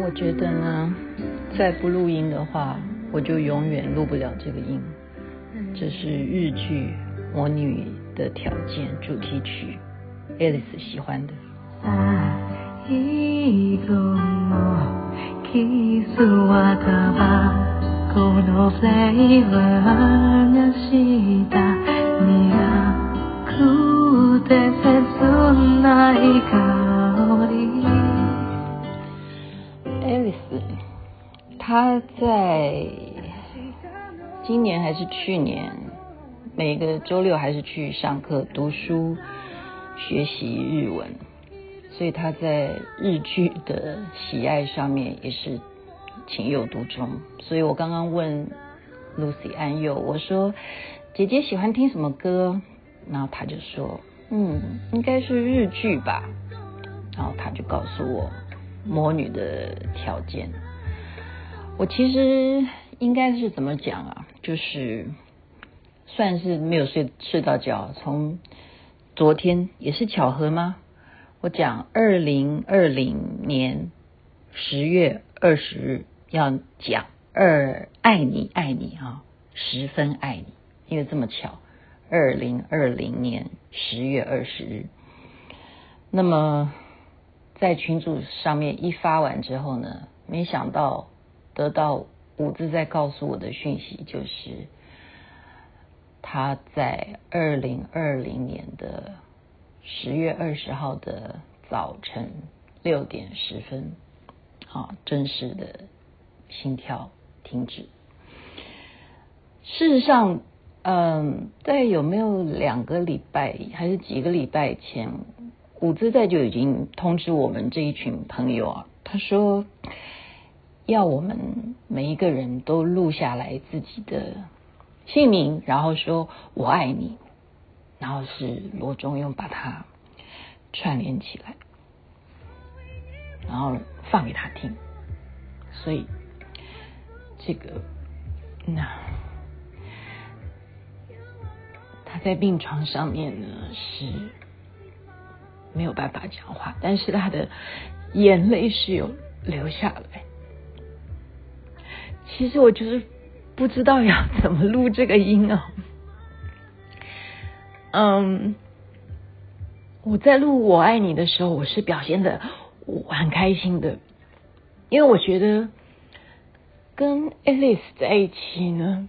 我觉得呢，再不录音的话，我就永远录不了这个音。这是日剧《魔女的条件》主题曲 ，Alice 喜欢的。Alice 她在今年还是去年，每个周六还是去上课读书学习日文，所以她在日剧的喜爱上面也是情有独钟。所以我刚刚问 Lucy 安佑，我说姐姐喜欢听什么歌，然后她就说应该是日剧吧，然后她就告诉我魔女的条件。我其实应该是怎么讲啊，就是算是没有睡到觉。从昨天也是巧合吗？我讲2020年10月20日要讲爱你啊，十分爱你，因为这么巧2020年10月20日。那么在群组上面一发完之后呢，没想到得到伍兹在告诉我的讯息，就是他在2020年的10月20号的早晨6点10分真实的心跳停止。事实上在有没有2个礼拜还是几个礼拜前，伍兹在就已经通知我们这一群朋友啊，他说要我们每一个人都录下来自己的姓名，然后说我爱你，然后是罗中庸把它串联起来，然后放给他听。所以这个他在病床上面呢是没有办法讲话，但是他的眼泪是有流下来。其实我就是不知道要怎么录这个音我在录我爱你的时候，我是表现的我很开心的，因为我觉得跟 Alice 在一起呢，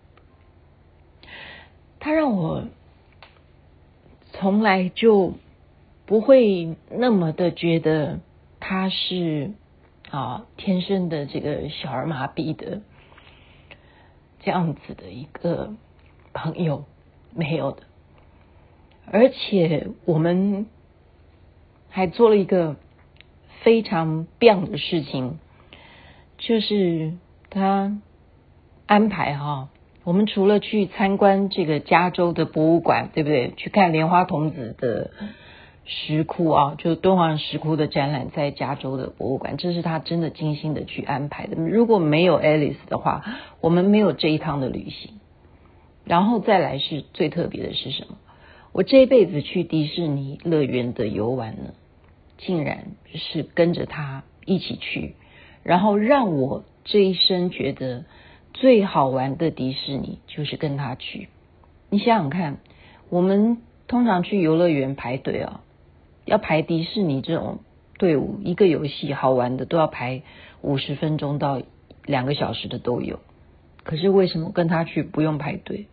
他让我从来就不会那么的觉得他是天生的这个小儿麻痹的这样子的一个朋友，没有的。而且我们还做了一个非常棒的事情，就是他安排我们除了去参观这个加州的博物馆，对不对？去看莲花童子的石窟就是敦煌石窟的展览在加州的博物馆，这是他真的精心的去安排的。如果没有 Alice 的话，我们没有这一趟的旅行。然后再来是最特别的是什么？我这一辈子去迪士尼乐园的游玩呢，竟然是跟着他一起去，然后让我这一生觉得最好玩的迪士尼就是跟他去。你想想看，我们通常去游乐园排队要排迪士尼这种队伍，一个游戏好玩的都要排50分钟到2个小时的都有。可是为什么跟他去不用排队？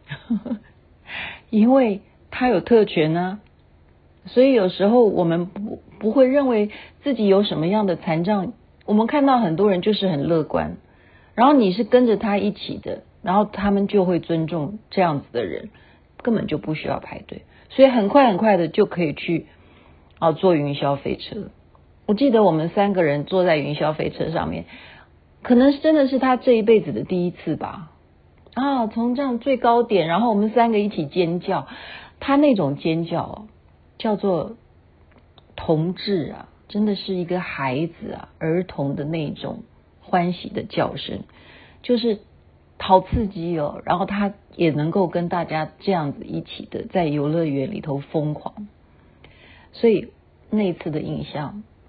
因为他有特权啊，所以有时候我们不会认为自己有什么样的残障。我们看到很多人就是很乐观，然后你是跟着他一起的，然后他们就会尊重这样子的人，根本就不需要排队，所以很快的就可以去坐云霄飞车。我记得我们3个人坐在云霄飞车上面，可能真的是他这一辈子的第一次吧。从这样最高点，然后我们3个一起尖叫，他那种尖叫叫做童稚真的是一个孩子儿童的那种欢喜的叫声，就是好刺激然后他也能够跟大家这样子一起的在游乐园里头疯狂。所以那次的印象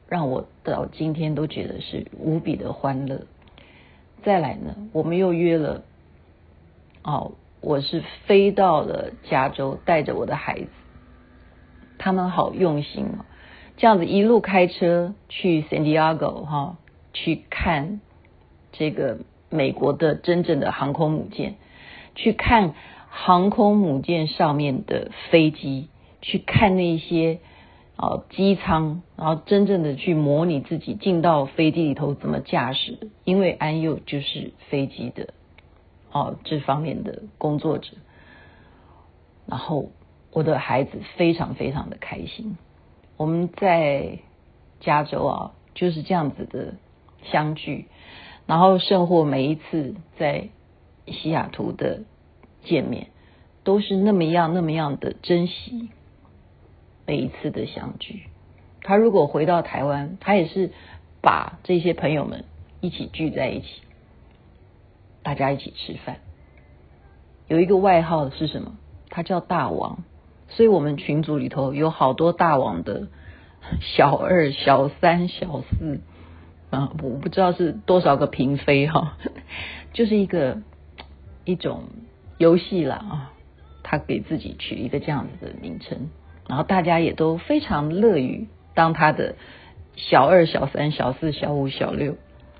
让我到今天都觉得是无比的欢乐。再来呢，我们又约了我是飞到了加州，带着我的孩子，他们好用心这样子一路开车去 San Diego 去看这个美国的真正的航空母舰，去看航空母舰上面的飞机，去看那些机舱，然后真正的去模拟自己进到飞机里头怎么驾驶，因为安佑就是飞机的这方面的工作者。然后我的孩子非常非常的开心。我们在加州就是这样子的相聚，然后甚或每一次在西雅图的见面都是那么样的珍惜每一次的相聚。他如果回到台湾，他也是把这些朋友们一起聚在一起，大家一起吃饭。有一个外号是什么？他叫大王，所以我们群组里头有好多大王的小二、小三、小四我不知道是多少个嫔妃就是一种游戏啦他给自己取一个这样子的名称，然后大家也都非常乐于当他的小二、小三、小四、小五、小六。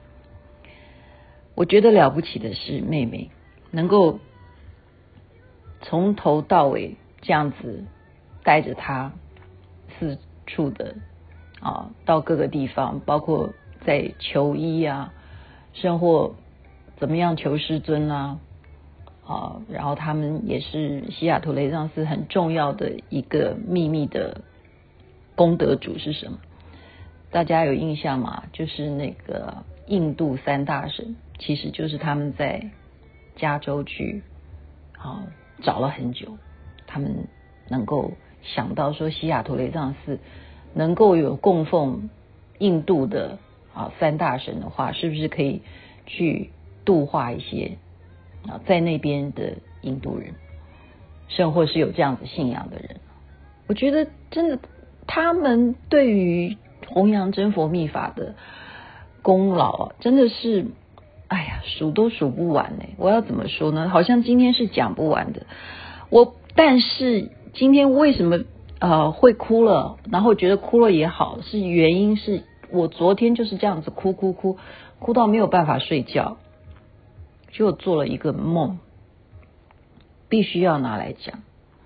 我觉得了不起的是妹妹能够从头到尾这样子带着他四处的到各个地方，包括在求医甚或怎么样求师尊然后他们也是西雅图雷藏寺很重要的一个秘密的功德主是什么？大家有印象吗？就是那个印度三大神，其实就是他们在加州去找了很久，他们能够想到说西雅图雷藏寺能够有供奉印度的三大神的话，是不是可以去度化一些在那边的印度人，甚或是有这样子信仰的人。我觉得真的他们对于弘扬真佛密法的功劳真的是数都数不完我要怎么说呢？好像今天是讲不完的。但是今天为什么会哭了，然后觉得哭了也好，是原因是我昨天就是这样子哭到没有办法睡觉，就做了一个梦，必须要拿来讲。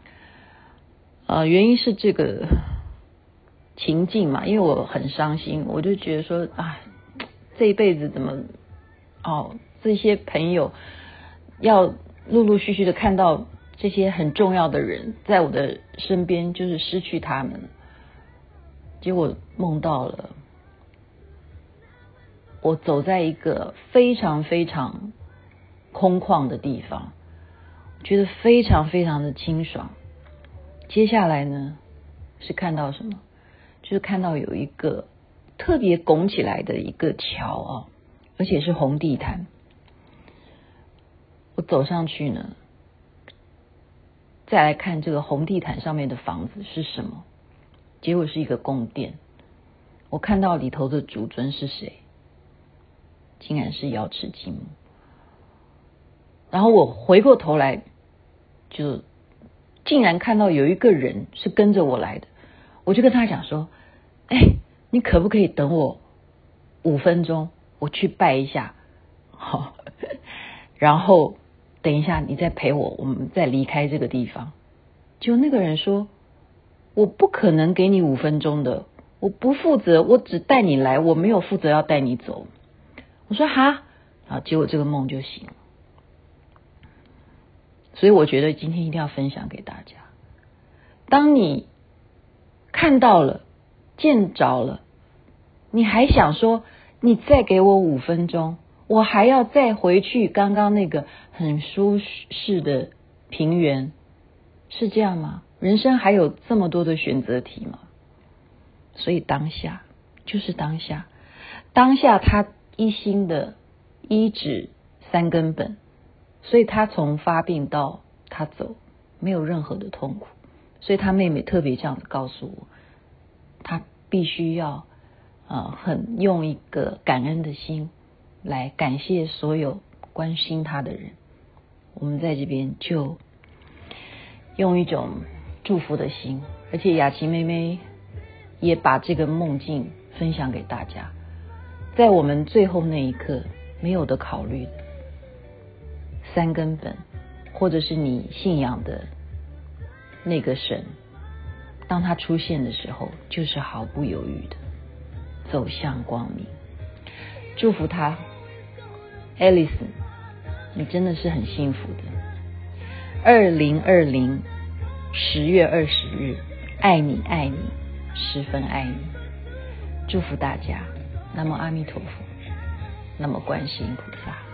原因是这个情境嘛，因为我很伤心，我就觉得说这一辈子怎么这些朋友要陆陆续续的看到这些很重要的人在我的身边，就是失去他们。结果梦到了我走在一个非常非常空旷的地方，觉得非常非常的清爽。接下来呢是看到什么？就是看到有一个特别拱起来的一个桥而且是红地毯。我走上去呢，再来看这个红地毯上面的房子是什么，结果是一个宫殿。我看到里头的主尊是谁，竟然是瑶池金母。然后我回过头来，就竟然看到有一个人是跟着我来的，我就跟他讲说，你可不可以等我5分钟，我去拜一下然后等一下你再陪我们再离开这个地方。就那个人说，我不可能给你5分钟的，我不负责，我只带你来，我没有负责要带你走。我说结果这个梦就醒了。所以我觉得今天一定要分享给大家，当你看到了见着了，你还想说你再给我5分钟，我还要再回去刚刚那个很舒适的平原，是这样吗？人生还有这么多的选择题吗？所以当下就是当下，当下他一心的医治3根本，所以他从发病到他走没有任何的痛苦。所以他妹妹特别这样子告诉我，他必须要很用一个感恩的心来感谢所有关心他的人。我们在这边就用一种祝福的心，而且雅琪妹妹也把这个梦境分享给大家。在我们最后那一刻没有的考虑的三根本，或者是你信仰的那个神，当他出现的时候，就是毫不犹豫的走向光明。祝福他 Alison， 你真的是很幸福的。2020 10月20日，爱你爱你，十分爱你。祝福大家，南无阿弥陀佛，南无观世音菩萨。